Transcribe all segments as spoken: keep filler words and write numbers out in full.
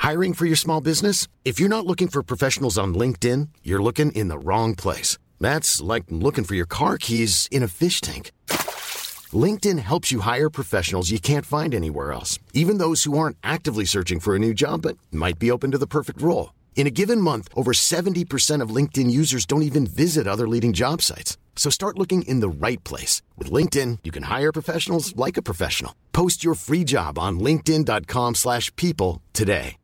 Hiring for your small business? If you're not looking for professionals on LinkedIn, you're looking in the wrong place. That's like looking for your car keys in a fish tank. LinkedIn helps you hire professionals you can't find anywhere else, even those who aren't actively searching for a new job but might be open to the perfect role. In a given month, over seventy percent of LinkedIn users don't even visit other leading job sites. So start looking in the right place. With LinkedIn, you can hire professionals like a professional. Post your free job on linkedin.com slash people today.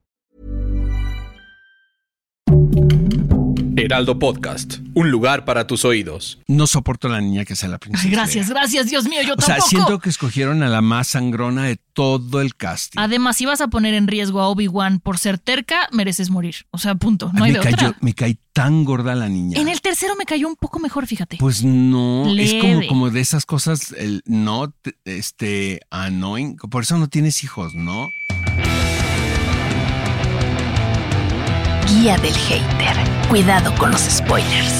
Heraldo Podcast, un lugar para tus oídos. No soporto a la niña que sea la princesa. Ay, gracias, Leia. gracias, Dios mío, yo o tampoco. O sea, siento que escogieron a la más sangrona de todo el casting. Además, si vas a poner en riesgo a Obi-Wan por ser terca, mereces morir. O sea, punto, no hay me de cayó, otra. Me cae tan gorda la niña. En el tercero me cayó un poco mejor, fíjate. Pues no, Leve. Es como, como de esas cosas, el, no, este, annoying. Por eso no tienes hijos, ¿no? Guía del hater. Cuidado con los spoilers.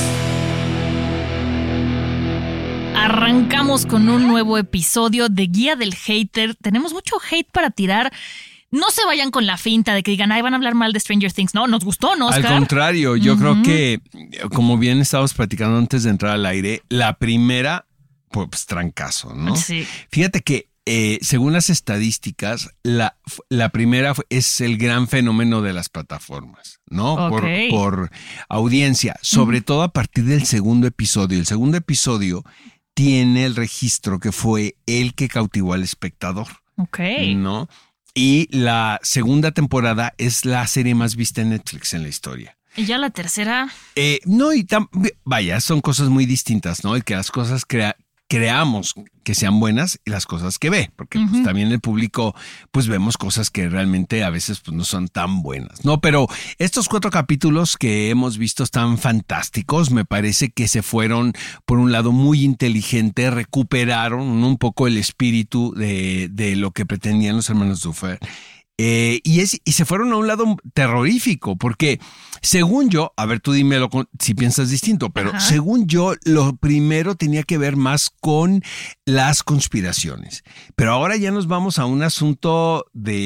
Arrancamos con un nuevo episodio de Guía del Hater. Tenemos mucho hate para tirar. No se vayan con la finta de que digan, ay, van a hablar mal de Stranger Things. No, nos gustó, ¿no, Oscar? Al contrario, yo uh-huh. creo que, como bien estábamos platicando antes de entrar al aire, la primera, pues, trancazo, ¿no? Sí. Fíjate que Eh, según las estadísticas, la, la primera es el gran fenómeno de las plataformas, ¿no? Okay. Por, por audiencia, sobre uh-huh. todo a partir del segundo episodio. El segundo episodio tiene el registro que fue el que cautivó al espectador. Ok. ¿No? Y la segunda temporada es la serie más vista en Netflix en la historia. ¿Y ya la tercera? Eh, no, y tam- vaya, son cosas muy distintas, ¿no? Y que las cosas crea- creamos que sean buenas y las cosas que ve, porque uh-huh. pues, también el público, pues vemos cosas que realmente a veces pues, no son tan buenas, ¿no? Pero estos cuatro capítulos que hemos visto están fantásticos, me parece que se fueron por un lado muy inteligente, recuperaron un poco el espíritu de, de lo que pretendían los hermanos Duffer. Eh, y, es, y se fueron a un lado terrorífico, porque según yo, a ver, tú dímelo con, si piensas distinto, pero Ajá. según yo, lo primero tenía que ver más con las conspiraciones. Pero ahora ya nos vamos a un asunto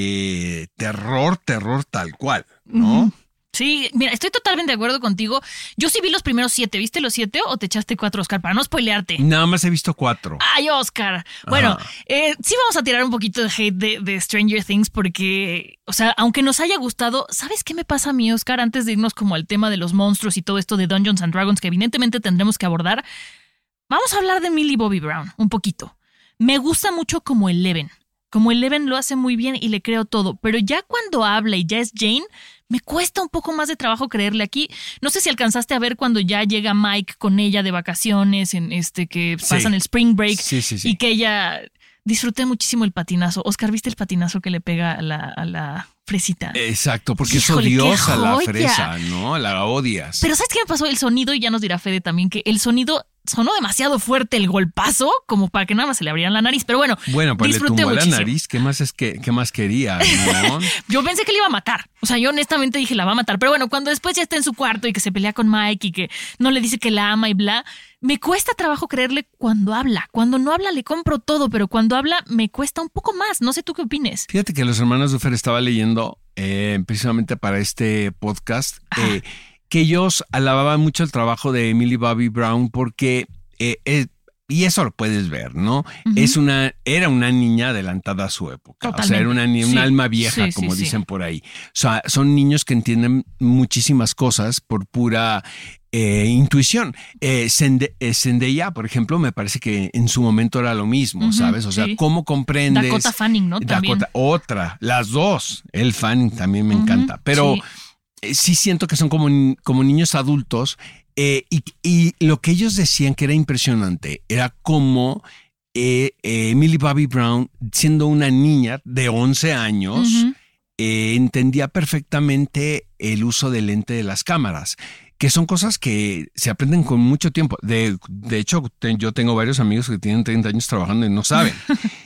de terror, terror tal cual, ¿no? Uh-huh. Sí, mira, estoy totalmente de acuerdo contigo. Yo sí vi los primeros siete. ¿Viste los siete o te echaste cuatro, Oscar? Para no spoilearte. Nada más he visto cuatro. Ay, Oscar. Bueno, eh, sí vamos a tirar un poquito de hate de, de Stranger Things porque, o sea, aunque nos haya gustado, ¿sabes qué me pasa a mí, Oscar? Antes de irnos como al tema de los monstruos y todo esto de Dungeons and Dragons que evidentemente tendremos que abordar, vamos a hablar de Millie Bobby Brown un poquito. Me gusta mucho como Eleven. Como Eleven lo hace muy bien y le creo todo, pero ya cuando habla y ya es Jane, me cuesta un poco más de trabajo creerle aquí. No sé si alcanzaste a ver cuando ya llega Mike con ella de vacaciones, en este que sí. pasan el Spring Break sí, sí, sí. y que ella... Disfruté muchísimo el patinazo. Oscar, ¿viste el patinazo que le pega a la, a la fresita? Exacto, porque Híjole, es odiosa la joya. fresa, ¿no? La odias. Pero ¿sabes qué me pasó? El sonido, y ya nos dirá Fede también, que el sonido sonó demasiado fuerte el golpazo, como para que nada más se le abrieran la nariz. Pero bueno, bueno pues disfruté le tumbó muchísimo. la nariz. ¿Qué más es que qué más quería? ¿No? Yo pensé que le iba a matar. O sea, yo honestamente dije, la va a matar. Pero bueno, cuando después ya está en su cuarto y que se pelea con Mike y que no le dice que la ama y bla, me cuesta trabajo creerle cuando habla. Cuando no habla le compro todo, pero cuando habla me cuesta un poco más. No sé tú qué opines. Fíjate que los hermanos Duffer estaba leyendo eh, precisamente para este podcast eh, que ellos alababan mucho el trabajo de Millie Bobby Brown porque eh, eh, y eso lo puedes ver, ¿no? Uh-huh. Es una, era una niña adelantada a su época. Totalmente. O sea, era una, un sí. alma vieja, sí, como sí, dicen sí. por ahí. O sea, son niños que entienden muchísimas cosas por pura eh, intuición. Eh, Zende, eh, Zendaya, por ejemplo, me parece que en su momento era lo mismo, uh-huh, ¿sabes? O sea, sí. ¿cómo comprendes? Dakota Fanning, ¿no? También. Dakota, otra, las dos. El Fanning también me uh-huh, encanta. Pero sí. Eh, sí siento que son como, como niños adultos. Eh, y, y lo que ellos decían que era impresionante era como eh, eh, Millie Bobby Brown, siendo una niña de once años, uh-huh. eh, entendía perfectamente el uso del lente de las cámaras, que son cosas que se aprenden con mucho tiempo. De, de hecho, te, yo tengo varios amigos que tienen treinta años trabajando y no saben.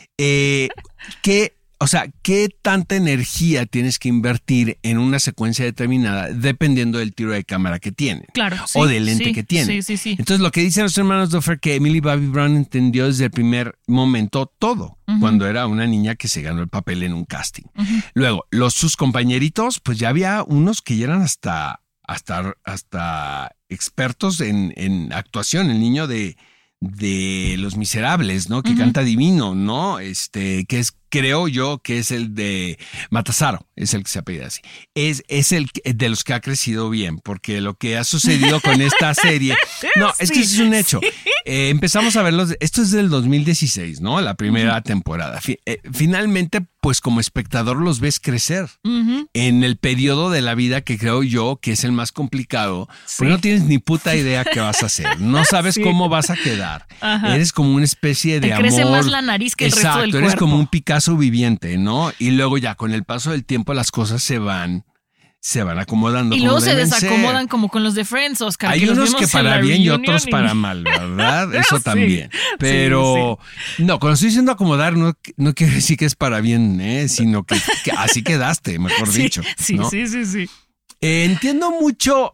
eh, que O sea, ¿qué tanta energía tienes que invertir en una secuencia determinada dependiendo del tiro de cámara que tienen? Claro. O sí, del lente sí, que tienen. Sí, sí, sí. Entonces, lo que dicen los hermanos Duffer que Millie Bobby Brown entendió desde el primer momento todo. Uh-huh. uh-huh. cuando era una niña que se ganó el papel en un casting. Uh-huh. Luego, los sus compañeritos, pues ya había unos que ya eran hasta, hasta, hasta expertos en, en actuación. El niño de, de Los Miserables, ¿no? Que uh-huh. canta divino, ¿no? Este, que es, creo yo que es el de Matassaro, es el que se apellida así. Es, es el de los que ha crecido bien, porque lo que ha sucedido con esta serie, no, es sí, que es un hecho. Sí. Eh, empezamos a verlos, esto es del dos mil dieciséis, ¿no? La primera uh-huh. temporada. Fi- eh, finalmente, pues como espectador los ves crecer uh-huh. en el periodo de la vida que creo yo que es el más complicado, sí. porque no tienes ni puta idea qué vas a hacer, no sabes sí. cómo vas a quedar. Ajá. Eres como una especie de Te amor. Crece más la nariz que el Exacto, resto del eres cuerpo. como un Picasso viviente, ¿no? Y luego ya con el paso del tiempo las cosas se van se van acomodando. Y luego se desacomodan ser. Como con los de Friends, Oscar. Hay que unos que para bien y otros y... para mal, ¿verdad? Eso sí, también. Pero sí, sí. no, cuando estoy diciendo acomodar no, no quiere decir que es para bien, ¿eh? Sino que, que así quedaste, mejor sí, dicho. Sí, ¿no? sí, sí, sí. Eh, entiendo mucho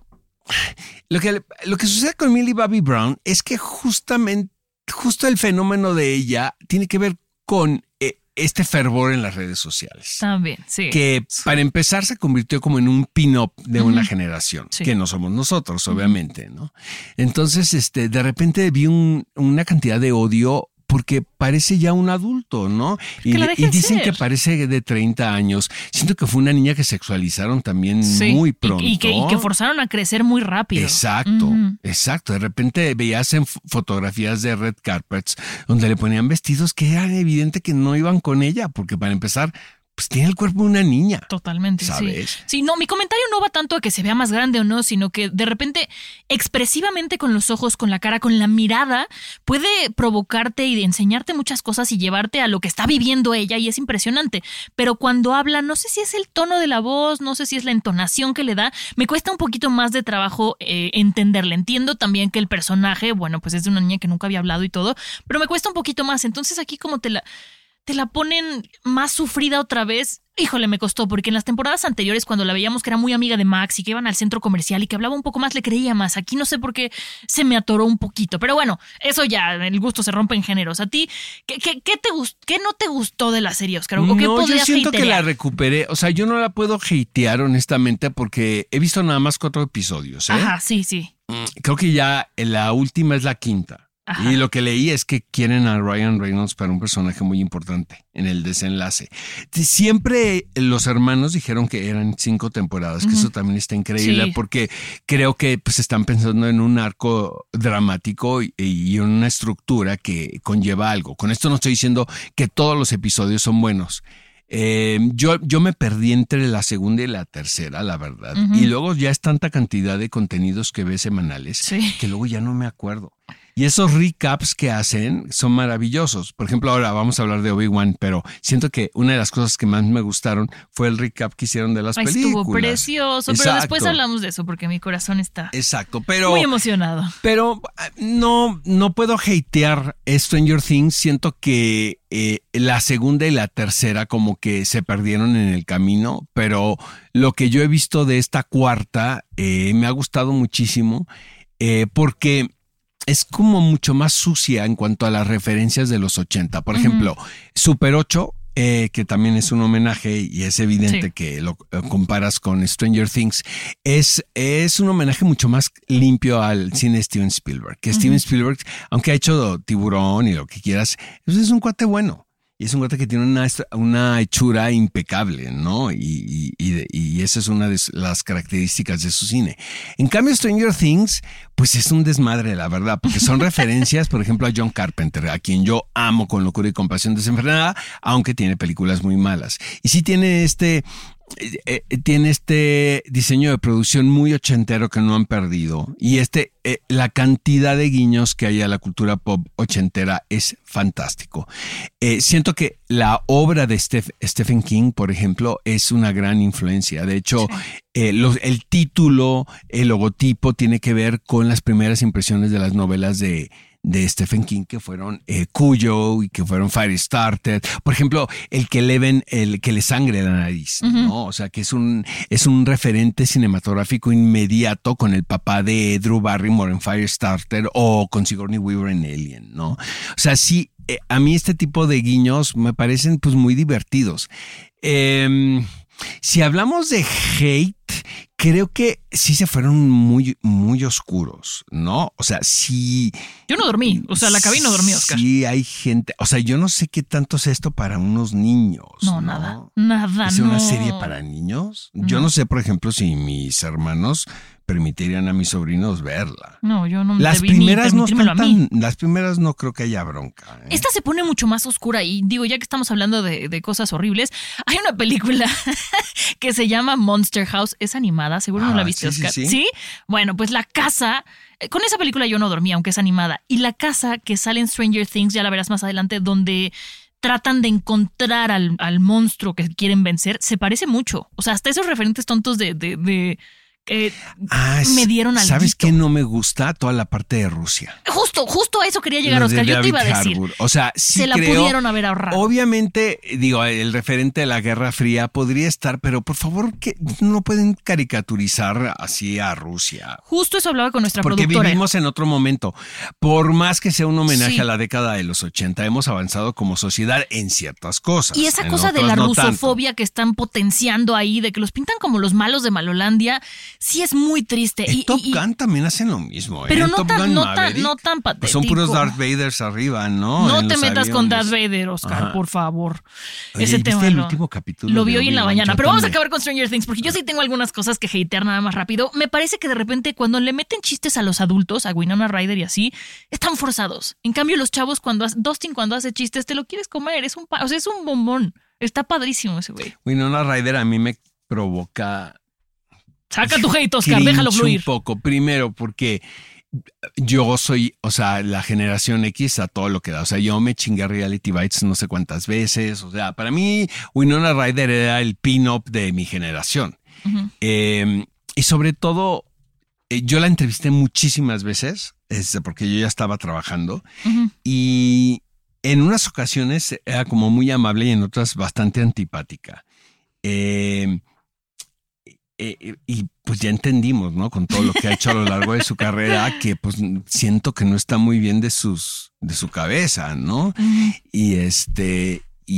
lo que, lo que sucede con Millie Bobby Brown es que justamente, justo el fenómeno de ella tiene que ver con eh, este fervor en las redes sociales. También, sí. Que sí. para empezar se convirtió como en un pin-up de uh-huh. una generación, sí. que no somos nosotros, obviamente, ¿no? Entonces, este, de repente vi un, una cantidad de odio porque parece ya un adulto, ¿no? Y, y dicen ser. que parece de treinta años. Siento que fue una niña que sexualizaron también sí. muy pronto. Y, y, que, y que forzaron a crecer muy rápido. Exacto, uh-huh. exacto. De repente veías en fotografías de red carpets donde le ponían vestidos que era evidente que no iban con ella, porque para empezar, pues tiene el cuerpo de una niña. Totalmente, ¿sabes? sí. Sí, no, mi comentario no va tanto a que se vea más grande o no, sino que de repente, expresivamente con los ojos, con la cara, con la mirada, puede provocarte y enseñarte muchas cosas y llevarte a lo que está viviendo ella y es impresionante. Pero cuando habla, no sé si es el tono de la voz, no sé si es la entonación que le da, me cuesta un poquito más de trabajo eh, entenderle. Entiendo también que el personaje, bueno, pues es de una niña que nunca había hablado y todo, pero me cuesta un poquito más. Entonces aquí como te la... te la ponen más sufrida otra vez. Híjole, me costó, porque en las temporadas anteriores, cuando la veíamos que era muy amiga de Max y que iban al centro comercial y que hablaba un poco más, le creía más. Aquí no sé por qué se me atoró un poquito. Pero bueno, eso ya, el gusto se rompe en géneros. ¿A ti qué, qué, qué, te gust- qué no te gustó de la serie, Oscar? ¿O qué no, podrías yo siento hatear? que la recuperé. O sea, yo no la puedo hatear, honestamente, porque he visto nada más cuatro episodios. ¿eh? Ajá, sí, sí. Creo que ya la última es la quinta. Ajá. Y lo que leí es que quieren a Ryan Reynolds para un personaje muy importante en el desenlace. Siempre los hermanos dijeron que eran cinco temporadas, uh-huh. que eso también está increíble, sí. porque creo que pues están pensando en un arco dramático y, y en una estructura que conlleva algo. Con esto no estoy diciendo que todos los episodios son buenos. Eh, yo, yo me perdí entre la segunda y la tercera, la verdad. Uh-huh. Y luego ya es tanta cantidad de contenidos que ves semanales sí. que luego ya no me acuerdo. Y esos recaps que hacen son maravillosos. Por ejemplo, ahora vamos a hablar de Obi-Wan, pero siento que una de las cosas que más me gustaron fue el recap que hicieron de las Ay, películas. Estuvo precioso, Exacto. pero después hablamos de eso porque mi corazón está Exacto, pero, muy emocionado. Pero no, no puedo hatear Stranger Things. Siento que eh, la segunda y la tercera como que se perdieron en el camino, pero lo que yo he visto de esta cuarta eh, me ha gustado muchísimo eh, porque... es como mucho más sucia en cuanto a las referencias de los ochenta. Por uh-huh. ejemplo, Super ocho, eh, que también es un homenaje y es evidente sí. que lo eh, comparas con Stranger Things, es, es un homenaje mucho más limpio al cine de Steven Spielberg. Que uh-huh. Steven Spielberg, aunque ha hecho Tiburón y lo que quieras, es un cuate bueno. Y es un cuate que tiene una, una hechura impecable, ¿no? Y, y, y, y esa es una de las características de su cine. En cambio, Stranger Things, pues es un desmadre, la verdad, porque son referencias, por ejemplo, a John Carpenter, a quien yo amo con locura y compasión desenfrenada, aunque tiene películas muy malas. Y sí tiene este... Eh, eh, tiene este diseño de producción muy ochentero que no han perdido y este eh, la cantidad de guiños que hay a la cultura pop ochentera es fantástico. Eh, siento que la obra de Steph, Stephen King, por ejemplo, es una gran influencia. De hecho, sí. eh, los, el título, el logotipo tiene que ver con las primeras impresiones de las novelas de de Stephen King, que fueron eh, Cuyo y que fueron Firestarter. Por ejemplo, el que le ven, el que le sangre la nariz, uh-huh. ¿no? O sea, que es un, es un referente cinematográfico inmediato con el papá de Drew Barrymore en Firestarter o con Sigourney Weaver en Alien, ¿no? O sea, sí, eh, a mí este tipo de guiños me parecen pues muy divertidos. Eh, si hablamos de hate, creo que sí se fueron muy, muy oscuros, ¿no? O sea, sí. Yo no dormí, o sea, la cabina no dormí, Oscar. Sí, hay gente. O sea, yo no sé qué tanto es esto para unos niños. No, ¿no? nada. Nada, ¿Es no. una serie para niños? No. Yo no sé, por ejemplo, si mis hermanos permitirían a mis sobrinos verla. No, yo no me Las debí primeras ni no permitírmelo están a mí. tan, las primeras no creo que haya bronca. ¿eh? Esta se pone mucho más oscura y digo, ya que estamos hablando de, de cosas horribles, hay una película que se llama Monster House, es animada, seguro ah, no la viste, sí, Oscar. Sí, sí. ¿Sí? Bueno, pues la casa, con esa película yo no dormí, aunque es animada, y la casa que sale en Stranger Things, ya la verás más adelante, donde tratan de encontrar al, al monstruo que quieren vencer, se parece mucho. O sea, hasta esos referentes tontos de... de, de Eh, ah, me dieron al ¿Sabes qué no me gusta? Toda la parte de Rusia. Justo, justo a eso quería llegar, Oscar. Yo te iba a decir. Harbour. O sea, sí se la creo, pudieron haber ahorrado. Obviamente, digo, el referente de la Guerra Fría podría estar, pero por favor, que no pueden caricaturizar así a Rusia. Justo eso hablaba con nuestra Porque productora. Porque vivimos en otro momento. Por más que sea un homenaje sí. a la década de los ochenta, hemos avanzado como sociedad en ciertas cosas. Y esa cosa de la no rusofobia tanto. que están potenciando ahí, de que los pintan como los malos de Malolandia, sí es muy triste. En y, Top y, Gun también hacen lo mismo, ¿eh? Pero en no Top tan, Gun no, Maverick, tan, no tan patético. Pues son puros Darth Vaders arriba, ¿no? No en te los metas aviones. con Darth Vader, Oscar, Ajá. por favor. Oye, Ese ¿viste tema el lo, último capítulo? Lo vi hoy en la mañana. Pero también. vamos a acabar con Stranger Things, porque yo sí tengo algunas cosas que hatear nada más rápido. Me parece que de repente cuando le meten chistes a los adultos, a Winona Ryder y así, están forzados. En cambio, los chavos, cuando Dustin cuando hace chistes, te lo quieres comer. Es un, o sea, es un bombón. Está padrísimo ese güey. Winona Ryder a mí me provoca... Saca tu hate, Oscar, déjalo fluir. Un poco, primero porque yo soy, o sea, la generación X a todo lo que da. O sea, yo me chingué Reality Bites no sé cuántas veces. O sea, para mí Winona Ryder era el pin-up de mi generación. Uh-huh. Eh, y sobre todo, eh, yo la entrevisté muchísimas veces, este, porque yo ya estaba trabajando. Uh-huh. Y en unas ocasiones era como muy amable y en otras bastante antipática. Eh... Eh, y pues ya entendimos, ¿no? Con todo lo que ha hecho a lo largo de su carrera, que pues siento que no está muy bien de sus, de su cabeza, ¿no? Uh-huh. Y este,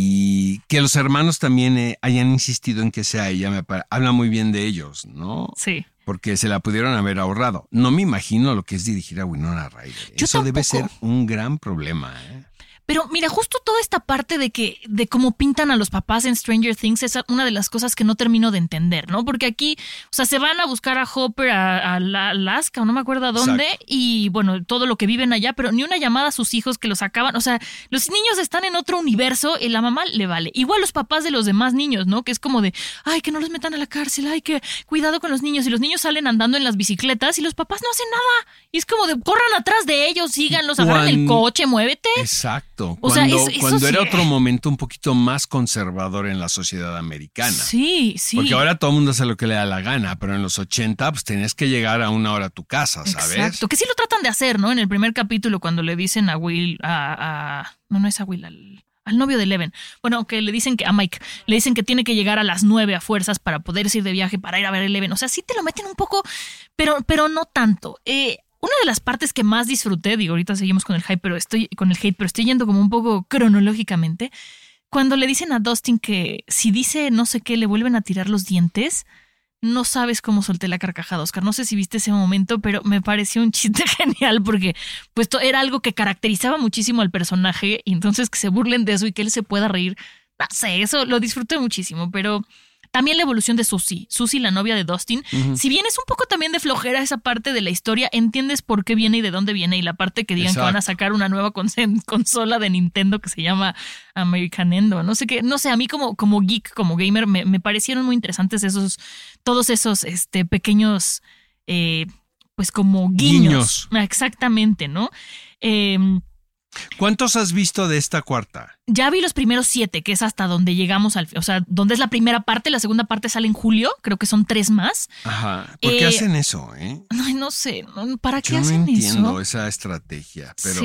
y que los hermanos también eh, hayan insistido en que sea ella, me parece, habla muy bien de ellos, ¿no? Sí. Porque se la pudieron haber ahorrado. No me imagino lo que es dirigir a Winona Ryder. Yo Eso tampoco. Debe ser un gran problema, ¿eh? Pero mira, justo toda esta parte de que de cómo pintan a los papás en Stranger Things es una de las cosas que no termino de entender, ¿no? Porque aquí, o sea, se van a buscar a Hopper a, a Alaska o no me acuerdo a dónde. Exacto. Y bueno, todo lo que viven allá, pero ni una llamada a sus hijos que los acaban. O sea, los niños están en otro universo y la mamá le vale. Igual los papás de los demás niños, ¿no? Que es como de, ay, que no los metan a la cárcel, ay, que cuidado con los niños. Y los niños salen andando en las bicicletas y los papás no hacen nada. Y es como de, corran atrás de ellos, síganlos, agarran el coche, muévete. Exacto. O cuando sea, eso, eso cuando sí. era otro momento un poquito más conservador en la sociedad americana. Sí, sí. Porque ahora todo el mundo hace lo que le da la gana, pero en los ochenta pues tenías que llegar a una hora a tu casa, ¿sabes? Exacto, que sí lo tratan de hacer, ¿no? En el primer capítulo cuando le dicen a Will, a... a no, no es a Will, al... al novio de Eleven. Bueno, que le dicen que a Mike, le dicen que tiene que llegar a las nueve a fuerzas para poder ir de viaje, para ir a ver a Eleven. O sea, sí te lo meten un poco, pero, pero no tanto. Eh... Una de las partes que más disfruté, digo, ahorita seguimos con el hype, pero estoy con el hate, pero estoy yendo como un poco cronológicamente. Cuando le dicen a Dustin que si dice no sé qué, le vuelven a tirar los dientes, no sabes cómo solté la carcajada, Oscar. No sé si viste ese momento, pero me pareció un chiste genial porque pues era algo que caracterizaba muchísimo al personaje y entonces que se burlen de eso y que él se pueda reír. No sé, eso lo disfruté muchísimo, pero... También la evolución de Susie, Susie, la novia de Dustin. Uh-huh. Si bien es un poco también de flojera esa parte de la historia, entiendes por qué viene y de dónde viene. Y la parte que digan Exacto. que van a sacar una nueva cons- consola de Nintendo que se llama American Endo. No sé qué, no sé, a mí como, como geek, como gamer, me, me parecieron muy interesantes esos, todos esos este, pequeños, eh, pues como guiños. guiños. Exactamente, ¿no? Eh, ¿Cuántos has visto de esta cuarta? Ya vi los primeros siete, que es hasta donde llegamos al... O sea, donde es la primera parte, la segunda parte sale en julio, creo que son tres más. Ajá. ¿Por qué eh, hacen eso, eh? Ay, no sé, ¿para qué Yo hacen no entiendo eso? esa estrategia, pero... Sí.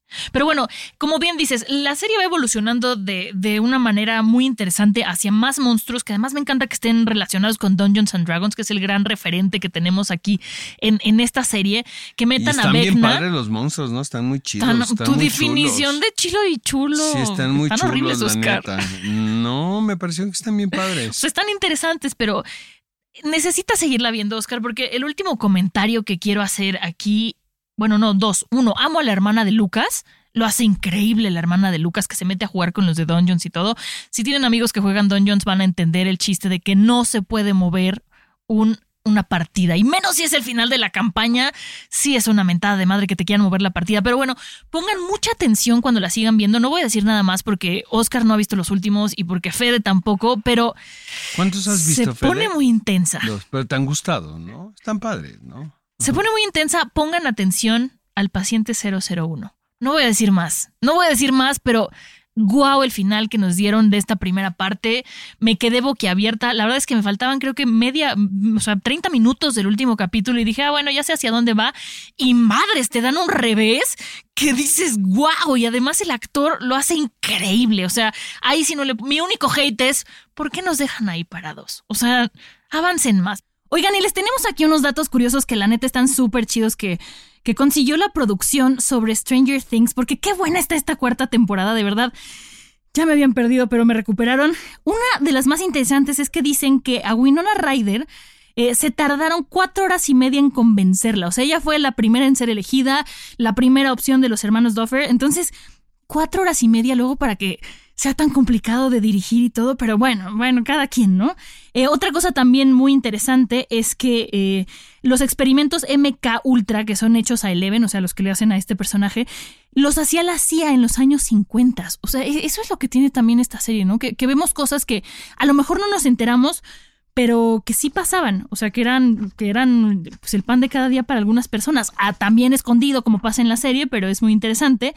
Pero bueno, como bien dices, la serie va evolucionando de, de una manera muy interesante hacia más monstruos, que además me encanta que estén relacionados con Dungeons and Dragons, que es el gran referente que tenemos aquí en, en esta serie. Que metan y a están Vecna. Bien padres los monstruos, ¿no? Están muy chidos. Tan, están tu muy definición chulos. de chilo y chulo. Sí, están muy están chulos, horribles, la Oscar. neta. No, me pareció que están bien padres. O sea, están interesantes, pero necesitas seguirla viendo, Oscar, porque el último comentario que quiero hacer aquí, bueno, no, dos. Uno, amo a la hermana de Lucas. Lo hace increíble la hermana de Lucas, que se mete a jugar con los de Dungeons y todo. Si tienen amigos que juegan Dungeons, van a entender el chiste de que no se puede mover un, una partida. Y menos si es el final de la campaña. Sí es una mentada de madre que te quieran mover la partida. Pero bueno, pongan mucha atención cuando la sigan viendo. No voy a decir nada más porque Oscar no ha visto los últimos y porque Fede tampoco, pero ¿cuántos has visto, se Fede? pone muy intensa. Los, pero te han gustado, ¿no? Están padres, ¿no? Se pone muy intensa. Pongan atención al paciente cero cero uno. No voy a decir más, no voy a decir más, pero guau, el final que nos dieron de esta primera parte. Me quedé boquiabierta. La verdad es que me faltaban creo que media, o sea, treinta minutos del último capítulo y dije, ah, bueno, ya sé hacia dónde va. Y madres, te dan un revés que dices, guau, y además el actor lo hace increíble. O sea, ahí sí no le... Mi único hate es, ¿por qué nos dejan ahí parados? O sea, avancen más. Oigan, y les tenemos aquí unos datos curiosos que la neta están súper chidos que, que consiguió la producción sobre Stranger Things, porque qué buena está esta cuarta temporada, de verdad. Ya me habían perdido, pero me recuperaron. Una de las más interesantes es que dicen que a Winona Ryder eh, se tardaron cuatro horas y media en convencerla. O sea, ella fue la primera en ser elegida, la primera opción de los hermanos Duffer. Entonces, cuatro horas y media luego para que sea tan complicado de dirigir y todo, pero bueno, bueno, cada quien, ¿no? Eh, otra cosa también muy interesante es que eh, los experimentos M K Ultra que son hechos a Eleven, o sea, los que le hacen a este personaje, los hacía la C I A en los años cincuenta. O sea, eso es lo que tiene también esta serie, ¿no? Que, que vemos cosas que a lo mejor no nos enteramos, pero que sí pasaban, o sea, que eran, que eran pues, el pan de cada día para algunas personas. Ah, también escondido, como pasa en la serie, pero es muy interesante.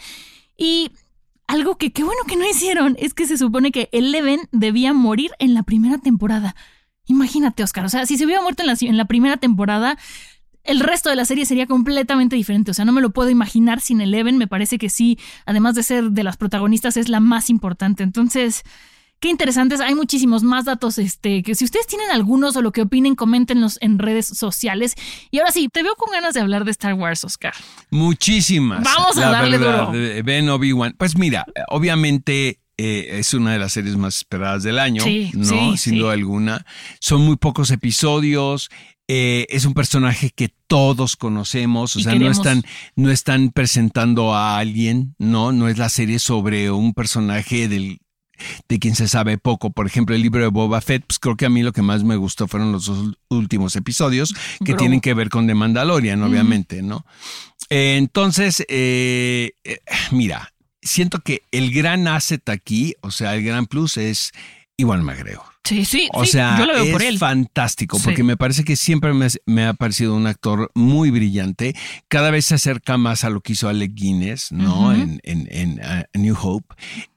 Y algo que qué bueno que no hicieron es que se supone que Eleven debía morir en la primera temporada. Imagínate, Oscar, o sea, si se hubiera muerto en la, en la primera temporada, el resto de la serie sería completamente diferente. O sea, no me lo puedo imaginar sin Eleven. Me parece que sí, además de ser de las protagonistas, es la más importante. Entonces, qué interesantes. Hay muchísimos más datos, este, que si ustedes tienen algunos o lo que opinen, coméntenos en redes sociales. Y ahora sí, te veo con ganas de hablar de Star Wars, Oscar. Muchísimas. Vamos a la darle verdad, duro. Ben Obi-Wan. Pues mira, obviamente eh, es una de las series más esperadas del año, Sí, ¿no? sí, Sin sí. duda alguna. Son muy pocos episodios. Eh, es un personaje que todos conocemos, o Y sea, no queremos. están, no están presentando a alguien, ¿no? No es la serie sobre un personaje del de quien se sabe poco. Por ejemplo, el libro de Boba Fett, pues creo que a mí lo que más me gustó fueron los dos últimos episodios que Bro. tienen que ver con The Mandalorian, obviamente, ¿no? Eh, entonces, eh, eh, mira, siento que el gran asset aquí, o sea, el gran plus es Ewan McGregor. Sí, sí, O sí, sea, yo lo veo es por él. fantástico, Sí. porque me parece que siempre me, me ha parecido un actor muy brillante. Cada vez se acerca más a lo que hizo Alec Guinness, ¿no? Ujú. En, en, en uh, New Hope.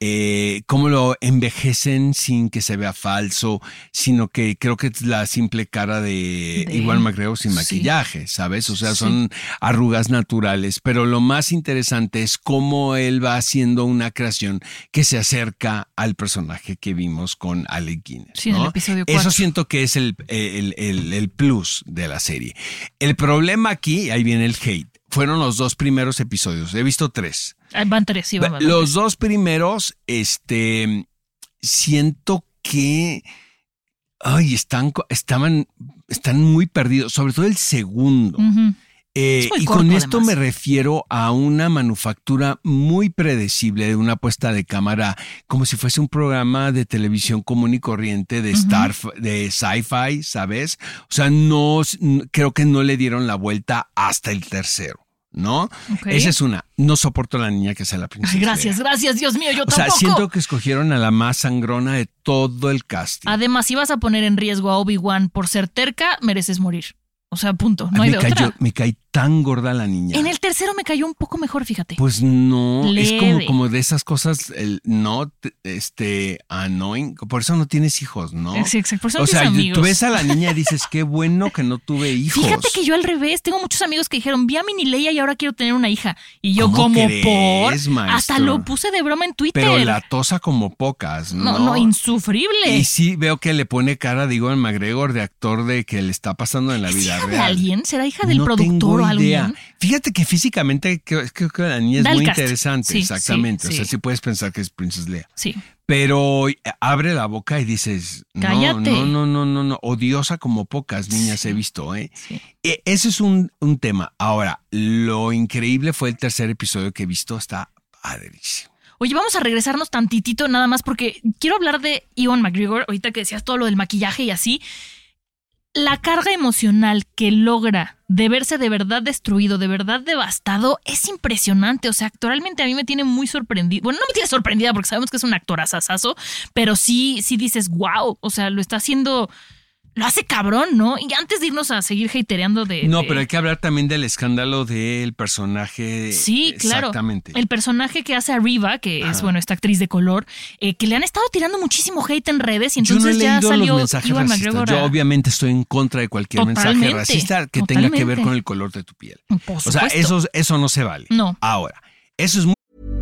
Eh, cómo lo envejecen sin que se vea falso, sino que creo que es la simple cara de, De- Ewan McGregor sin sí. maquillaje, ¿sabes? O sea, Sí. son arrugas naturales. Pero lo más interesante es cómo él va haciendo una creación que se acerca al personaje que vimos con Alec Guinness. Sí, en el ¿no? episodio Eso cuatro. siento que es el, el, el, el plus de la serie. El problema aquí, ahí viene el hate, fueron los dos primeros episodios. He visto tres. Ay, van tres, sí, van, van Los tres. dos primeros, este, siento que, ay, están, co- estaban, están muy perdidos, sobre todo el segundo. Ujú. Eh, Es muy y corto, con esto además. me refiero a una manufactura muy predecible de una puesta de cámara, como si fuese un programa de televisión común y corriente de Ujú. Star, de sci-fi, ¿sabes? O sea, no, creo que no le dieron la vuelta hasta el tercero, ¿no? Ok. Esa es una. No soporto a la niña que sea la princesa. Ay, gracias, Leia. gracias, Dios mío, yo O sea, tampoco. siento que escogieron a la más sangrona de todo el casting. Además, si vas a poner en riesgo a Obi-Wan por ser terca, mereces morir. O sea, punto, no hay me, de cayó, otra. me cae tan gorda la niña. En el tercero me cayó un poco mejor, fíjate. Pues no, Leve. es como, como de esas cosas, el no, este, annoying. Por eso no tienes hijos, ¿no? Sí, exacto. Por eso no o sea, tienes amigos. tú ves a la niña y dices, qué bueno que no tuve hijos. Fíjate que yo al revés, tengo muchos amigos que dijeron, vi a Mini Leia y ahora quiero tener una hija. Y yo, ¿Cómo como crees, por, maestro? hasta lo puse de broma en Twitter. Pero latosa como pocas, ¿no? No, no, insufrible. Y sí veo que le pone cara, digo, al McGregor de actor de que le está pasando en la ¿Es vida hija real. de alguien? ¿Será hija del no productor tengo o idea. alguien? Fíjate que físicamente creo, creo que la niña es Da el muy cast. interesante, Sí, exactamente. sí, O sea, sí. sí puedes pensar que es Princess Leia. Sí. Pero abre la boca y dices, no, Cállate. no, no, no, no, no, odiosa como pocas niñas Sí. he visto, ¿eh? Sí. E- Ese es un, un tema. Ahora, lo increíble fue el tercer episodio que he visto, está padrísimo. Oye, vamos a regresarnos tantitito nada más porque quiero hablar de Ewan McGregor, ahorita que decías todo lo del maquillaje y así. La carga emocional que logra de verse de verdad destruido, de verdad devastado, es impresionante. O sea, actualmente a mí me tiene muy sorprendida. Bueno, no me tiene sorprendida porque sabemos que es un actorazazazo, pero sí, sí dices, wow, o sea, lo está haciendo... Lo hace cabrón, ¿no? Y antes de irnos a seguir hatereando de... No, de- pero hay que hablar también del escándalo del personaje. Sí, claro. Exactamente. El personaje que hace Arriva, que es, Ajá. bueno, esta actriz de color, eh, que le han estado tirando muchísimo hate en redes y Yo no he entonces ya leído salió los mensajes Ewan racistas. McGregor. Yo a- obviamente estoy en contra de cualquier mensaje Totalmente, racista que tenga que ver totalmente. con el color de tu piel. Por O sea, supuesto. eso, eso no se vale. No. Ahora, eso es muy...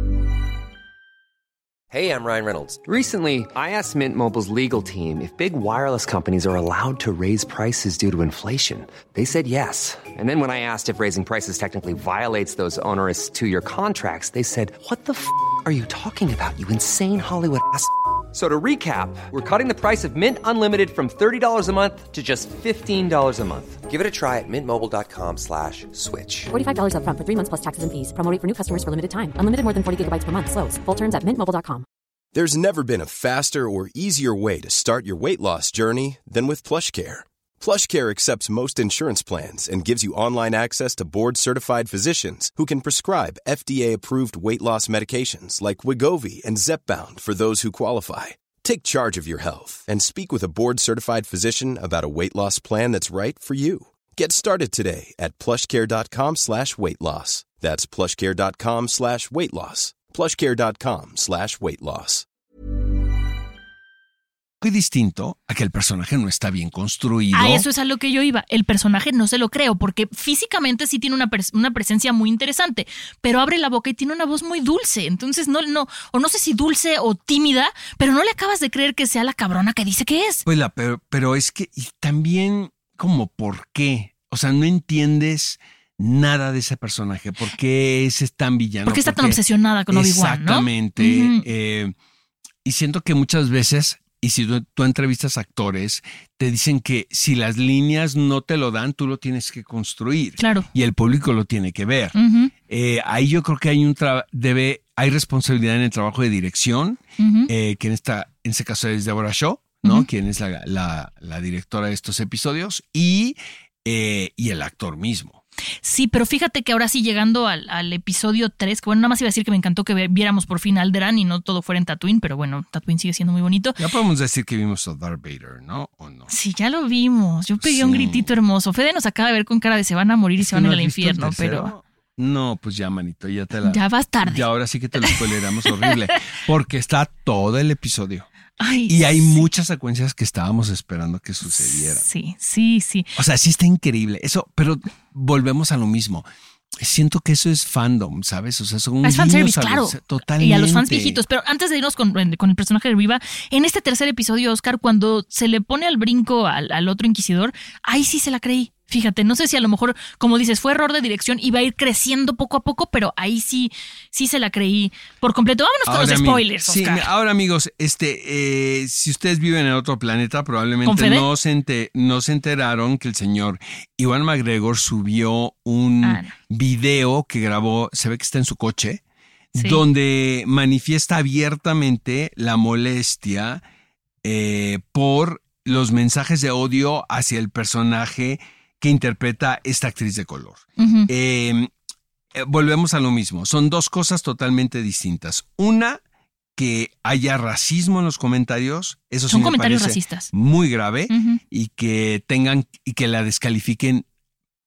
Hey, I'm Ryan Reynolds. Recently, I asked Mint Mobile's legal team if big wireless companies are allowed to raise prices due to inflation. They said yes. And then when I asked if raising prices technically violates those onerous two-year contracts, they said, "What the f*** are you talking about, you insane Hollywood ass?" So to recap, we're cutting the price of Mint Unlimited from thirty dollars a month to just fifteen dollars a month. Give it a try at mintmobile.com slash switch. forty-five dollars up front for three months plus taxes and fees. Promo rate for new customers for limited time. Unlimited more than forty gigabytes per month. Slows full terms at mint mobile dot com. There's never been a faster or easier way to start your weight loss journey than with PlushCare. PlushCare accepts most insurance plans and gives you online access to board-certified physicians who can prescribe F D A-approved weight loss medications like Wegovy and Zepbound for those who qualify. Take charge of your health and speak with a board-certified physician about a weight loss plan that's right for you. Get started today at plushcare.com slash weight loss. That's plushcare.com slash weight loss. plushcare.com slash weight loss. muy distinto a que el personaje no está bien construido. A eso es a lo que yo iba. El personaje no se lo creo, porque físicamente sí tiene una, pres- una presencia muy interesante, pero abre la boca y tiene una voz muy dulce. Entonces, no, no, o no sé si dulce o tímida, pero no le acabas de creer que sea la cabrona que dice que es. Pues la, pero, pero es que y también, como, ¿por qué? O sea, no entiendes nada de ese personaje. ¿Por qué ese es tan villano? ¿Por qué está ¿Por tan obsesionada con Obi-Wan, no? Exactamente. Ujú. eh, y siento que muchas veces, y si tú, tú entrevistas a actores, te dicen que si las líneas no te lo dan, tú lo tienes que construir. Claro. Y el público lo tiene que ver. Ujú, Eh, ahí yo creo que hay un tra- debe, hay responsabilidad en el trabajo de dirección, ujú. eh, que en esta, en este caso es Deborah Shaw, ¿no? Ujú. Quien es la, la, la directora de estos episodios, y, eh, y el actor mismo. Sí, pero fíjate que ahora sí, llegando al, al episodio tres, que bueno, nada más iba a decir que me encantó que ve- viéramos por fin Alderaan y no todo fuera en Tatooine, pero bueno, Tatooine sigue siendo muy bonito. Ya podemos decir que vimos a Darth Vader, ¿no? ¿O no? Sí, ya lo vimos. Yo pegué Sí. un gritito hermoso. Fede nos acaba de ver con cara de se van a morir y ¿Es se que van a no ir al has visto el infierno, tercero? pero No, pues ya, manito, ya te la... ya vas tarde. Ya ahora sí que te lo spoileramos horrible, porque está todo el episodio. Ay, Y hay sí. muchas secuencias que estábamos esperando que sucedieran. Sí, sí, sí. O sea, sí está increíble. Eso, pero volvemos a lo mismo. Siento que eso es fandom, ¿sabes? O sea, son Es guiños fanservice, a claro. los- totalmente. Y a los fans viejitos. Pero antes de irnos con, con el personaje de Riva, en este tercer episodio, Oscar, cuando se le pone al brinco al, al otro inquisidor, ahí sí se la creí. Fíjate, no sé si a lo mejor, como dices, fue error de dirección y va a ir creciendo poco a poco, pero ahí sí, sí se la creí por completo. Vámonos con los ami- spoilers, sí, Oscar. ahora amigos, este, eh, si ustedes viven en otro planeta, ¿Con probablemente Fede? no se, ente- no se enteraron que el señor Ewan McGregor subió un Ah, no. video que grabó, se ve que está en su coche, Sí. donde manifiesta abiertamente la molestia eh, por los mensajes de odio hacia el personaje que interpreta esta actriz de color. Ujú. Eh, eh, volvemos a lo mismo. Son dos cosas totalmente distintas. Una, que haya racismo en los comentarios. Eso sí Son me comentarios parece racistas. muy grave. Ujú. Y que tengan y que la descalifiquen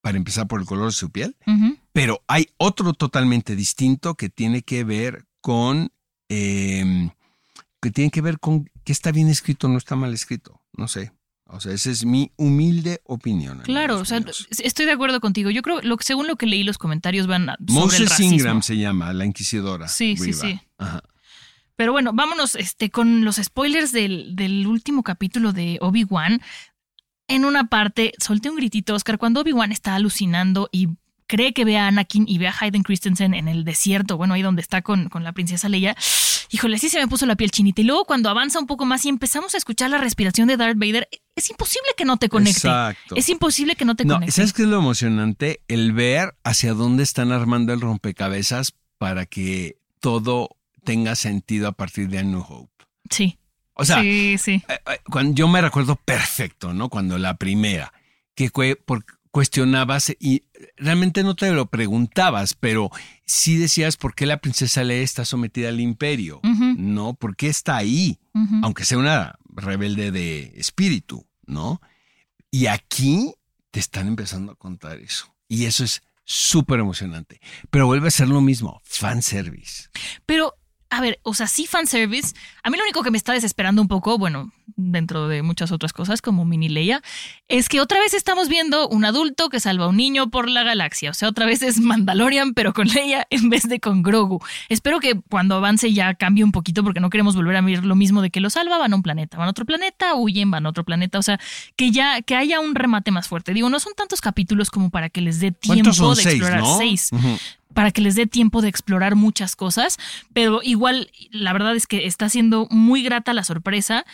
para empezar por el color de su piel, Uh-huh. pero hay otro totalmente distinto que tiene que ver con, eh, que tiene que ver con que está bien escrito, no está mal escrito, no sé. O sea, esa es mi humilde opinión. Claro, o sea, míos. estoy de acuerdo contigo. Yo creo, lo, según lo que leí, los comentarios van a, sobre Moses el racismo. Ingram se llama, la inquisidora. Sí, sí, Riva. sí. Ajá. Pero bueno, vámonos este, con los spoilers del, del último capítulo de Obi-Wan. En una parte, solté un gritito, Oscar, cuando Obi-Wan está alucinando y cree que ve a Anakin y ve a Hayden Christensen en el desierto, bueno, ahí donde está con, con la princesa Leia. Híjole, sí se me puso la piel chinita. Y luego cuando avanza un poco más y empezamos a escuchar la respiración de Darth Vader, es imposible que no te conecte. Exacto. Es imposible que no te No, conecte. ¿sabes qué es lo emocionante? El ver hacia dónde están armando el rompecabezas para que todo tenga sentido a partir de A New Hope. Sí. O sea, sí, sí. eh, eh, cuando, yo me recuerdo perfecto, ¿no? Cuando la primera, que fue por, cuestionabas y realmente no te lo preguntabas, pero sí decías por qué la princesa Leia está sometida al imperio, Uh-huh. ¿no? ¿Por qué está ahí? Uh-huh. Aunque sea una rebelde de espíritu, ¿no? Y aquí te están empezando a contar eso. Y eso es súper emocionante. Pero vuelve a ser lo mismo, fanservice. Pero, a ver, o sea, sí fanservice. A mí lo único que me está desesperando un poco, bueno, dentro de muchas otras cosas como Mini Leia, es que otra vez estamos viendo un adulto que salva a un niño por la galaxia. O sea, otra vez es Mandalorian, pero con Leia en vez de con Grogu. Espero que cuando avance ya cambie un poquito porque no queremos volver a ver lo mismo de que lo salva, van a un planeta, van a otro planeta, huyen, van a otro planeta. O sea, que ya que haya un remate más fuerte. Digo, no son tantos capítulos como para que les dé tiempo son? de Seis, explorar. ¿no? Seis. Uh-huh. Para que les dé tiempo de explorar muchas cosas, pero igual la verdad es que está siendo muy grata la sorpresa.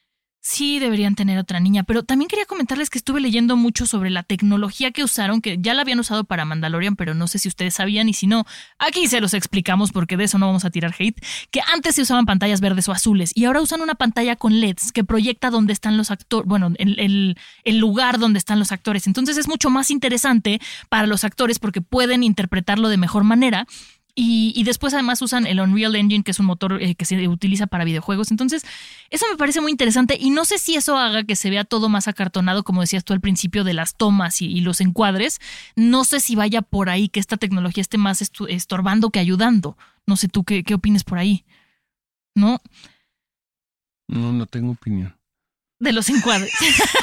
Sí deberían tener otra niña, pero también quería comentarles que estuve leyendo mucho sobre la tecnología que usaron, que ya la habían usado para Mandalorian, pero no sé si ustedes sabían y si no, aquí se los explicamos porque de eso no vamos a tirar hate, que antes se usaban pantallas verdes o azules y ahora usan una pantalla con L E Ds que proyecta dónde están los actores, bueno, el, el, el lugar donde están los actores. Entonces es mucho más interesante para los actores porque pueden interpretarlo de mejor manera. Y, y después además usan el Unreal Engine, que es un motor eh, que se utiliza para videojuegos. Entonces, eso me parece muy interesante y no sé si eso haga que se vea todo más acartonado, como decías tú al principio, de las tomas y, y los encuadres. No sé si vaya por ahí que esta tecnología esté más estu- estorbando que ayudando. No sé tú qué, qué opines por ahí. ¿No? No, no tengo opinión. De los encuadres.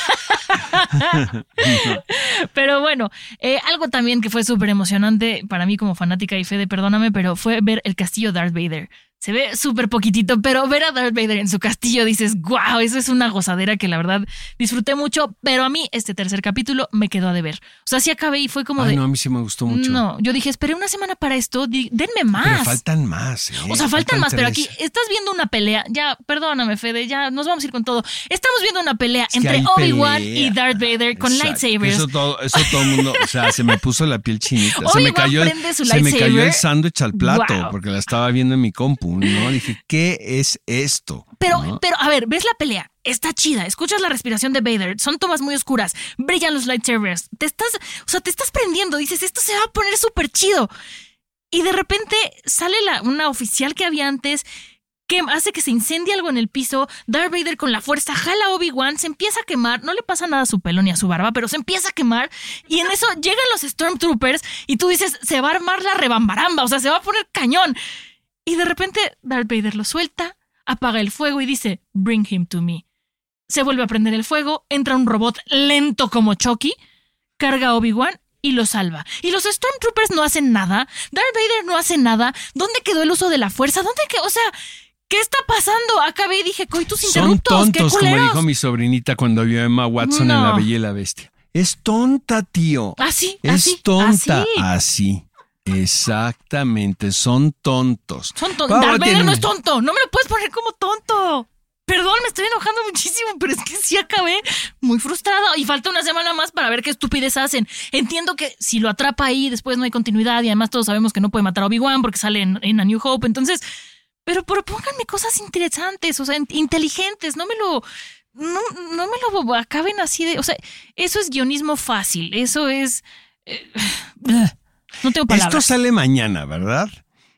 Pero bueno, eh, algo también que fue súper emocionante para mí como fanática y Fede, perdóname, pero fue ver el castillo Darth Vader. Se ve súper poquitito, pero ver a Darth Vader en su castillo dices, wow, eso es una gozadera que la verdad disfruté mucho, pero a mí este tercer capítulo me quedó a deber. O sea, sí acabé y fue como Ay, de... no, a mí sí me gustó mucho. No, yo dije, esperé una semana para esto, di- denme más. Pero faltan más, ¿eh? O sea, faltan más, pero tres. aquí estás viendo una pelea. Ya, perdóname, Fede, ya nos vamos a ir con todo. Estamos viendo una pelea Es que entre hay Obi-Wan pelea. y Darth Vader con Exacto. lightsabers. Eso todo, eso todo el mundo, o sea, se me puso la piel chinita. Se me Obi-Wan cayó, prende su se me cayó el lightsaber. sándwich al plato Wow. porque la estaba viendo en mi compu, ¿no? Dije, ¿qué es esto? Pero, ¿no? pero, a ver, ves la pelea. Está chida. Escuchas la respiración de Vader. Son tomas muy oscuras. Brillan los lightsabers. Te estás, o sea, te estás prendiendo. Dices, esto se va a poner súper chido. Y de repente sale la, una oficial que había antes que hace que se incendie algo en el piso. Darth Vader con la fuerza jala a Obi-Wan, se empieza a quemar. No le pasa nada a su pelo ni a su barba, pero se empieza a quemar. Y en eso llegan los Stormtroopers y tú dices, se va a armar la rebambaramba. O sea, se va a poner cañón. Y de repente Darth Vader lo suelta, apaga el fuego y dice, bring him to me. Se vuelve a prender el fuego, entra un robot lento como Chucky, carga a Obi-Wan y lo salva. Y los Stormtroopers no hacen nada, Darth Vader no hace nada. ¿Dónde quedó el uso de la fuerza? ¿Dónde quedó? O sea, ¿qué está pasando? Acabé y dije, coitus Son interruptos, qué tontos, como culeros. dijo mi sobrinita cuando vio a Emma Watson No. en La Bella y la Bestia. Es tonta, tío. Así, Es así, tonta, así. así. Exactamente, son tontos. Son tontos. Vamos, Darth Vader tiene- no es tonto. No me lo puedes poner como tonto. Perdón, me estoy enojando muchísimo, pero es que sí acabé muy frustrada y falta una semana más para ver qué estupidez hacen. Entiendo que si lo atrapa ahí, después no hay continuidad y además todos sabemos que no puede matar a Obi-Wan porque sale en, en A New Hope. Entonces, pero propónganme cosas interesantes, o sea, inteligentes. No me lo... No, no me lo acaben así de... O sea, eso es guionismo fácil. Eso es... eh, no tengo palabras. Esto sale mañana, ¿verdad?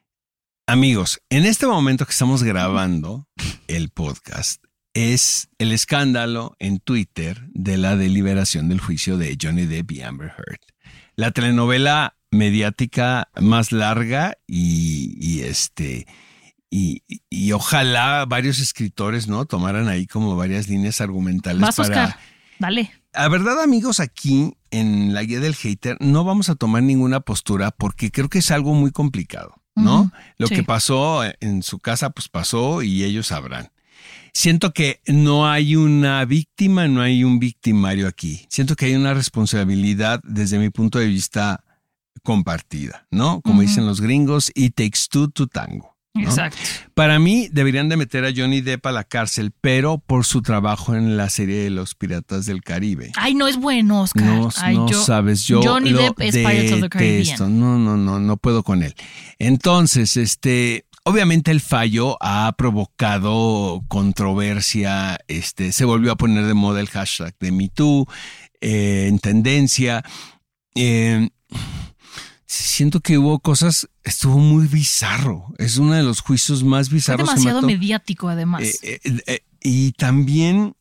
Amigos, en este momento que estamos grabando el podcast, es el escándalo en Twitter de la deliberación del juicio de Johnny Depp y Amber Heard. la telenovela mediática más larga y, y este y, y ojalá varios escritores, ¿no? Tomaran ahí como varias líneas argumentales. Vas, para... Oscar, dale. La verdad, amigos, aquí en la guía del hater no vamos a tomar ninguna postura porque creo que es algo muy complicado, ¿no? Uh-huh. Lo sí. que pasó en su casa, pues pasó y ellos sabrán. Siento que no hay una víctima, no hay un victimario aquí. Siento que hay una responsabilidad desde mi punto de vista compartida, ¿no? Como uh-huh. dicen los gringos, it takes two to tango. ¿no? Exacto. Para mí deberían de meter a Johnny Depp a la cárcel, pero por su trabajo en la serie de Los Piratas del Caribe. Ay, no es bueno, Oscar. No, Ay, no yo, sabes, yo Johnny lo Depp es Pirates of the Caribbean. No, no, no, no puedo con él. Entonces, este... obviamente el fallo ha provocado controversia, este, se volvió a poner de moda el hashtag de MeToo, eh, en tendencia. Eh, siento que hubo cosas, estuvo muy bizarro. Es uno de los juicios más bizarros. Fue demasiado mediático, además. Eh, eh, eh, y también,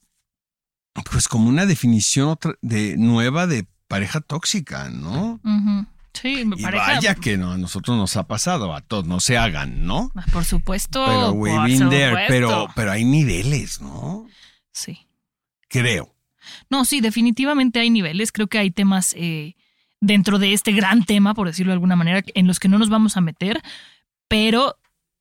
pues como una definición otra de nueva de pareja tóxica, ¿no? Uh-huh. Sí, me y parece. Vaya que no, a nosotros nos ha pasado, a todos, no se hagan, ¿no? Por supuesto. Pero we've por been supuesto. there, pero, pero hay niveles, ¿no? Sí. Creo. No, sí, definitivamente hay niveles. Creo que hay temas eh, dentro de este gran tema, por decirlo de alguna manera, en los que no nos vamos a meter, pero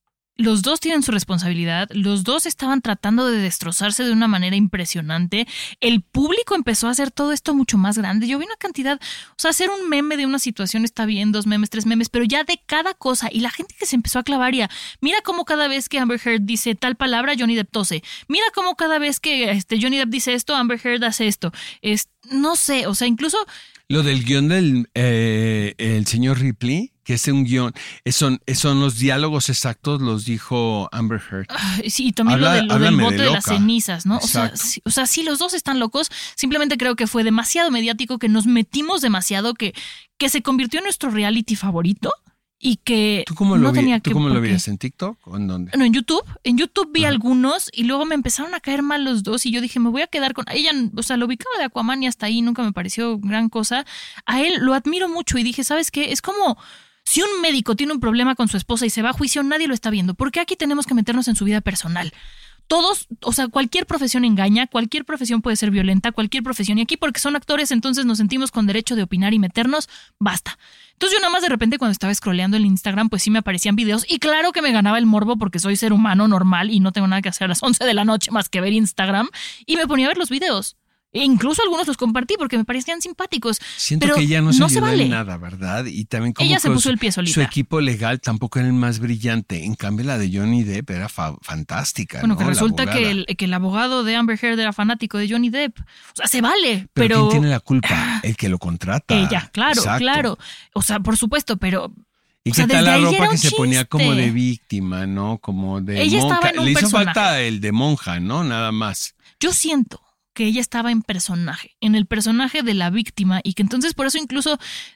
los dos tienen su responsabilidad, los dos estaban tratando de destrozarse de una manera impresionante, el público empezó a hacer todo esto mucho más grande, yo vi una cantidad, o sea, hacer un meme de una situación está bien, dos memes, tres memes, pero ya de cada cosa, y la gente que se empezó a clavar ya, mira cómo cada vez que Amber Heard dice tal palabra, Johnny Depp tose, mira cómo cada vez que este, Johnny Depp dice esto, Amber Heard hace esto, es, no sé, o sea, incluso... Lo del guión del eh, el señor Ripley, que es un guión, son, son los diálogos exactos, los dijo Amber Heard. Sí, y también Habla, lo, de, lo del bote de, de las cenizas, ¿no? O sea, Exacto. sí, o sea, sí, los dos están locos. Simplemente creo que fue demasiado mediático, que nos metimos demasiado, que, que se convirtió en nuestro reality favorito y que ¿Tú cómo no lo, vi, tenía ¿tú que... cómo lo porque... veías? ¿En TikTok o en dónde? No, en YouTube. En YouTube vi Ajá. algunos y luego me empezaron a caer mal los dos y yo dije, me voy a quedar con... Ella, o sea, lo ubicaba de Aquaman y hasta ahí nunca me pareció gran cosa. A él lo admiro mucho y dije, ¿sabes qué? Es como... Si un médico tiene un problema con su esposa y se va a juicio, nadie lo está viendo. ¿Por qué aquí tenemos que meternos en su vida personal? Todos, o sea, cualquier profesión engaña, cualquier profesión puede ser violenta, cualquier profesión. Y aquí porque son actores, entonces nos sentimos con derecho de opinar y meternos, basta. Entonces yo nada más de repente cuando estaba scrolleando el Instagram, pues sí me aparecían videos. Y claro que me ganaba el morbo porque soy ser humano normal y no tengo nada que hacer a las once de la noche más que ver Instagram. Y me ponía a ver los videos. E incluso algunos los compartí porque me parecían simpáticos. Siento pero que ella no se no ayudó se vale. en nada, ¿verdad? Y también como ella se puso su, el pie solita. Su equipo legal tampoco era el más brillante. En cambio, la de Johnny Depp era fa- fantástica. Bueno, ¿no? que resulta la que el, que el abogado de Amber Heard era fanático de Johnny Depp. O sea, se vale, pero... pero... ¿quién tiene la culpa? El que lo contrata. Ella, claro, Exacto. claro. O sea, por supuesto, pero... ¿Y o qué sea, tal la desde ahí ropa era que un se ponía chiste. como de víctima, ¿no? Como de Ella monja. estaba en un Le hizo personaje. falta el de monja, ¿no? Nada más. Yo siento que ella estaba en personaje, en el personaje de la víctima y que entonces por eso incluso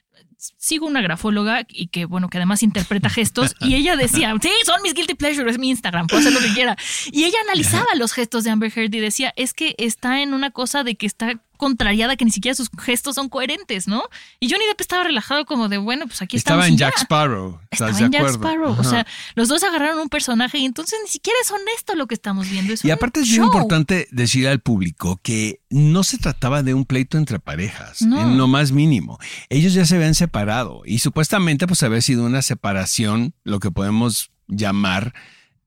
sigo una grafóloga y que, bueno, que además interpreta gestos y ella decía, sí, son mis guilty pleasures, es mi Instagram, puedo hacer lo que quiera. Y ella analizaba los gestos de Amber Heard y decía, es que está en una cosa de que está contrariada, que ni siquiera sus gestos son coherentes, ¿no? Y Johnny Depp estaba relajado como de, bueno, pues aquí estaba estamos. En y ya. Jack Sparrow, ¿estás estaba de en Jack acuerdo? Sparrow. Ajá. O sea, los dos agarraron un personaje y entonces ni siquiera es honesto lo que estamos viendo. Es y un aparte es show. bien importante decir al público que no se trataba de un pleito entre parejas, No. en lo más mínimo. Ellos ya se habían separado y supuestamente pues había sido una separación, lo que podemos llamar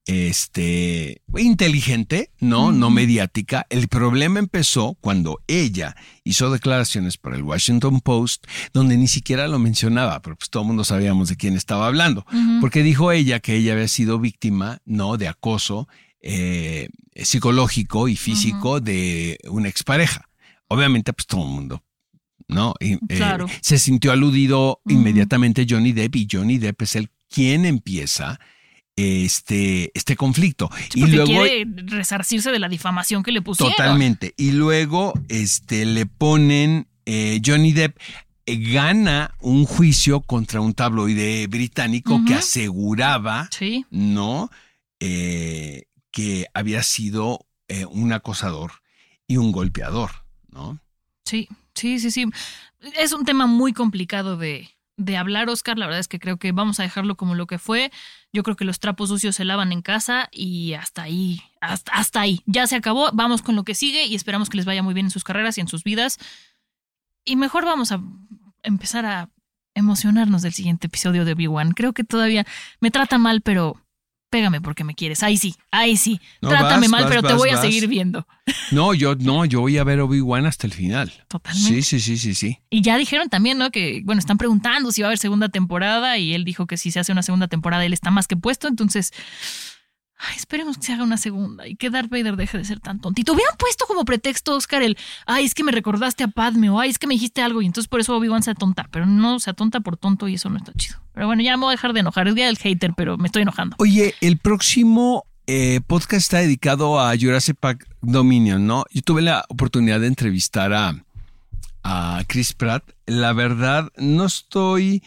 este inteligente, no, uh-huh. no mediática. El problema empezó cuando ella hizo declaraciones para el Washington Post, donde ni siquiera lo mencionaba, pero pues todo el mundo sabíamos de quién estaba hablando, uh-huh. porque dijo ella que ella había sido víctima, no, de acoso eh, psicológico y físico uh-huh. de una expareja. Obviamente, pues todo el mundo, ¿no? Y, claro. eh, se sintió aludido uh-huh. inmediatamente Johnny Depp y Johnny Depp es el quien empieza este, este conflicto. Sí, y porque luego quiere resarcirse de la difamación que le pusieron. Totalmente. Y luego este, le ponen, eh, Johnny Depp eh, gana un juicio contra un tabloide británico uh-huh. que aseguraba, sí. ¿no? Eh, que había sido eh, un acosador y un golpeador, ¿no? Sí, sí, sí, sí. es un tema muy complicado de, de hablar, Oscar. La verdad es que creo que vamos a dejarlo como lo que fue. Yo creo que los trapos sucios se lavan en casa y hasta ahí, hasta, hasta ahí. Ya se acabó, vamos con lo que sigue y esperamos que les vaya muy bien en sus carreras y en sus vidas. Y mejor vamos a empezar a emocionarnos del siguiente episodio de Obi-Wan. Creo que todavía me trata mal, pero pégame porque me quieres. Ahí sí, ahí sí. No, Trátame vas, mal, vas, pero vas, te voy vas. a seguir viendo. No, yo no, yo voy a ver Obi-Wan hasta el final. Totalmente. Sí, sí, sí, sí, sí. Y ya dijeron también, ¿no? Que, bueno, están preguntando si va a haber segunda temporada y él dijo que si se hace una segunda temporada él está más que puesto, entonces... Ay, esperemos que se haga una segunda y que Darth Vader deje de ser tan tontito. Hubieran puesto como pretexto, Oscar, el ay, es que me recordaste a Padme o ay, es que me dijiste algo y entonces por eso Obi-Wan se atonta. Pero no se atonta por tonto y eso no está chido. Pero bueno, ya me voy a dejar de enojar. Es día del hater, pero me estoy enojando. Oye, el próximo eh, podcast está dedicado a Jurassic Park Dominion, ¿no? Yo tuve la oportunidad de entrevistar a, a Chris Pratt. La verdad, no estoy,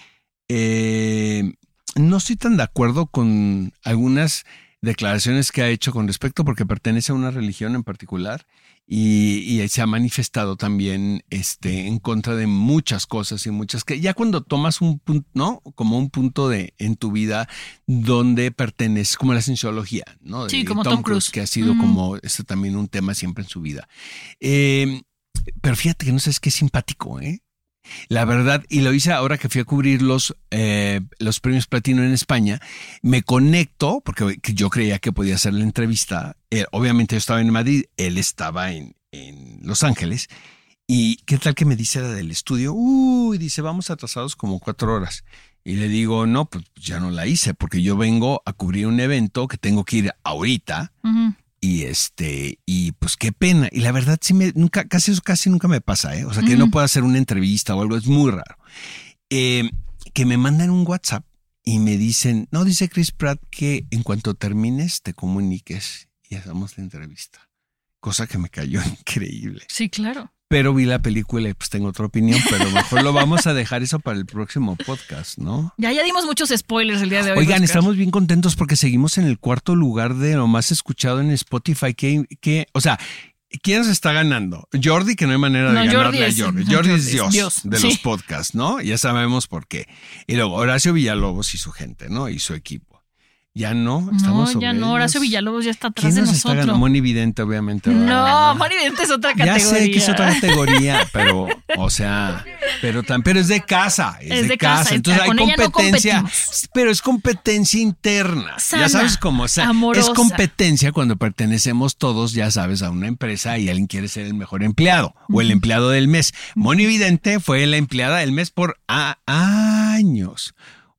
eh, no estoy tan de acuerdo con algunas declaraciones que ha hecho con respecto, porque pertenece a una religión en particular y, y se ha manifestado también este, en contra de muchas cosas y muchas que ya cuando tomas un punto, ¿no? Como un punto de en tu vida donde perteneces, como la cienciología, ¿no? De sí, como Tom, Tom Cruise, Cruise, que ha sido uh-huh. como esto también un tema siempre en su vida. Eh, pero fíjate que no sabes qué simpático, ¿eh? La verdad, y lo hice ahora que fui a cubrir los, eh, los premios Platino en España, me conecto, porque yo creía que podía hacer la entrevista, eh, obviamente yo estaba en Madrid, él estaba en, en Los Ángeles, y ¿qué tal que me dice la del estudio? Uy, dice, vamos atrasados como cuatro horas. Y le digo, no, pues ya no la hice, porque yo vengo a cubrir un evento que tengo que ir ahorita, uh-huh. Y este, y pues qué pena. Y la verdad, sí me, nunca, casi eso casi nunca me pasa, ¿eh? O sea, que uh-huh. no puedo hacer una entrevista o algo, es muy raro. Eh, que me mandan un WhatsApp y me dicen, no, dice Chris Pratt que en cuanto termines te comuniques y hagamos la entrevista. Cosa que me cayó increíble. Sí, claro. Pero vi la película y pues tengo otra opinión, pero mejor lo vamos a dejar eso para el próximo podcast, ¿no? Ya, ya dimos muchos spoilers el día de hoy. Oigan, Oscar. Estamos bien contentos porque seguimos en el cuarto lugar de lo más escuchado en Spotify. Que, que, o sea, ¿quién se está ganando? Jordi, que no hay manera de no, ganarle Jordi es, a Jordi. Jordi, Jordi es Dios, Dios de sí. los podcasts, ¿no? Ya sabemos por qué. Y luego Horacio Villalobos y su gente, ¿no? Y su equipo. Ya no, estamos No, ya no, Horacio Villalobos ya está atrás de nosotros. Está Moni Vidente, obviamente. No, Moni Vidente es otra categoría. Ya sé que es otra categoría, pero, o sea, pero, tan, pero es de casa, es, es de, de casa. casa. Entonces hay competencia, no pero es competencia interna. Sana, ya sabes cómo, o sea, amorosa. Es competencia cuando pertenecemos todos, ya sabes, a una empresa y alguien quiere ser el mejor empleado uh-huh. o el empleado del mes. Moni Vidente fue la empleada del mes por a- años.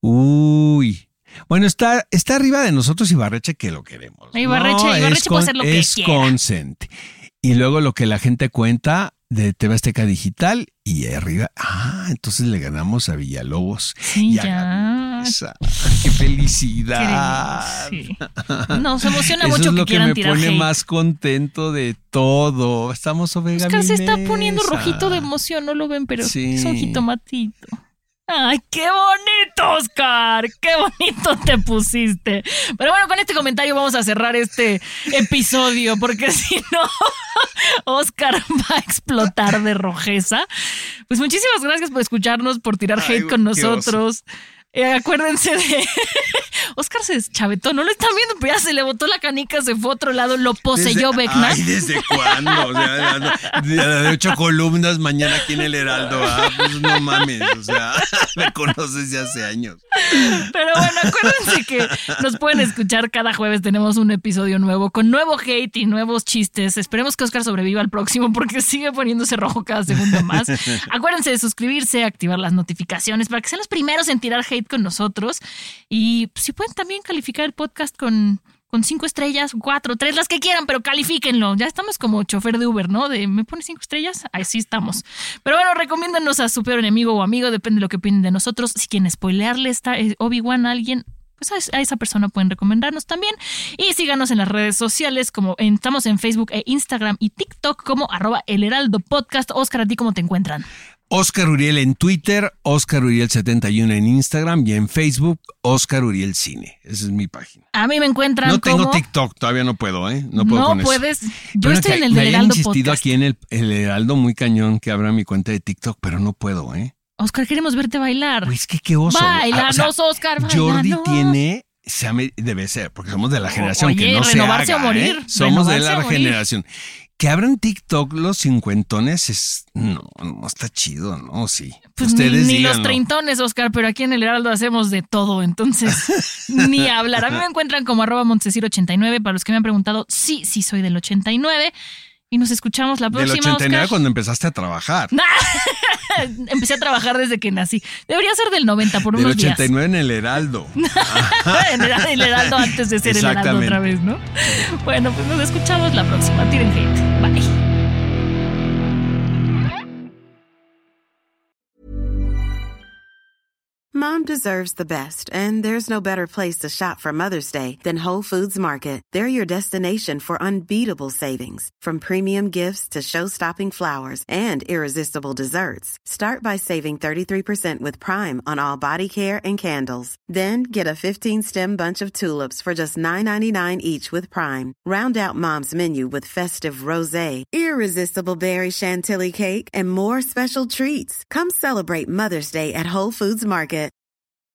Uy. Bueno, está, está arriba de nosotros Ibarreche, que lo queremos. Ibarreche, no, Ibarreche puede hacer lo que es quiera. Consent. Y luego lo que la gente cuenta de T V Azteca Digital y arriba, ah, entonces le ganamos a Villalobos. Sí, y ya. A ¡Qué felicidad! Qué, sí. Nos emociona Eso mucho es lo que quieran que me tirar pone hate. Más contento de todo. Estamos Omega Oscar se está Mesa. poniendo rojito de emoción, no lo ven, pero sí. es un jitomatito. ¡Ay, qué bonito, Oscar! ¡Qué bonito te pusiste! Pero bueno, con este comentario vamos a cerrar este episodio, porque si no, Oscar va a explotar de rojeza. Pues muchísimas gracias por escucharnos, por tirar hate Ay, con nosotros. Eh, acuérdense de... Oscar se deschavetó, no lo están viendo, pero ya se le botó la canica, se fue a otro lado, lo poseyó Vecna. Ay, ¿desde cuándo? O sea, de, de ocho columnas mañana aquí en el Heraldo. Ah, pues no mames, o sea, me conoces de hace años. Pero bueno, acuérdense que nos pueden escuchar cada jueves, tenemos un episodio nuevo con nuevo hate y nuevos chistes. Esperemos que Oscar sobreviva al próximo porque sigue poniéndose rojo cada segundo más. Acuérdense de suscribirse, activar las notificaciones para que sean los primeros en tirar hate con nosotros. Y si pueden también calificar el podcast con, con cinco estrellas, cuatro, tres, las que quieran, pero califíquenlo. Ya estamos como chofer de Uber, ¿no? De ¿me pones cinco estrellas? Así estamos. Pero bueno, recomiéndanos a su peor enemigo o amigo, depende de lo que opinen de nosotros. Si quieren spoilearle esta eh, Obi-Wan a alguien, pues a esa persona pueden recomendarnos también. Y síganos en las redes sociales, como en, estamos en Facebook e Instagram y TikTok como arroba El Heraldo Podcast. Oscar, ¿a ti cómo te encuentran? Oscar Uriel en Twitter, Oscar Uriel setenta y uno en Instagram y en Facebook, Oscar Uriel Cine. Esa es mi página. A mí me encuentran No tengo como... TikTok, todavía no puedo, ¿eh? No puedo no con puedes. eso. Yo Bueno, estoy que en el me del habían Heraldo insistido Podcast. aquí en el, el Heraldo muy cañón que abra mi cuenta de TikTok, pero no puedo, ¿eh? Oscar, queremos verte bailar. Pues que qué oso. Báilanos, Ah, o sea, Oscar, báilanos. Jordi tiene... Se ha me- debe ser, porque somos de la generación Oye, que no se renovarse haga, o morir, ¿eh? Somos de renovarse la o morir. generación. Que abran TikTok los cincuentones es... No, no está chido, ¿no? Sí. Pues Ustedes ni, ni los díganlo. treintones, Oscar, pero aquí en el Heraldo hacemos de todo, entonces ni hablar. A mí me encuentran como arroba Montesir ochenta y nueve, para los que me han preguntado, sí, sí soy del ochenta y nueve, y nos escuchamos la Del próxima, ochenta y nueve Oscar. cuando empezaste a trabajar. Empecé a trabajar desde que nací. Debería ser del noventa por Del unos días. ochenta y nueve en el Heraldo. En el, el Heraldo antes de ser el Heraldo Exactamente. otra vez, ¿no? Bueno, pues nos escuchamos la próxima. Tiren hate. Bye. Mom deserves the best, and there's no better place to shop for Mother's Day than Whole Foods Market. They're your destination for unbeatable savings, from premium gifts to show-stopping flowers and irresistible desserts. Start by saving thirty-three percent with Prime on all body care and candles. Then get a fifteen-stem bunch of tulips for just nine ninety-nine each with Prime. Round out Mom's menu with festive rosé, irresistible berry chantilly cake, and more special treats. Come celebrate Mother's Day at Whole Foods Market.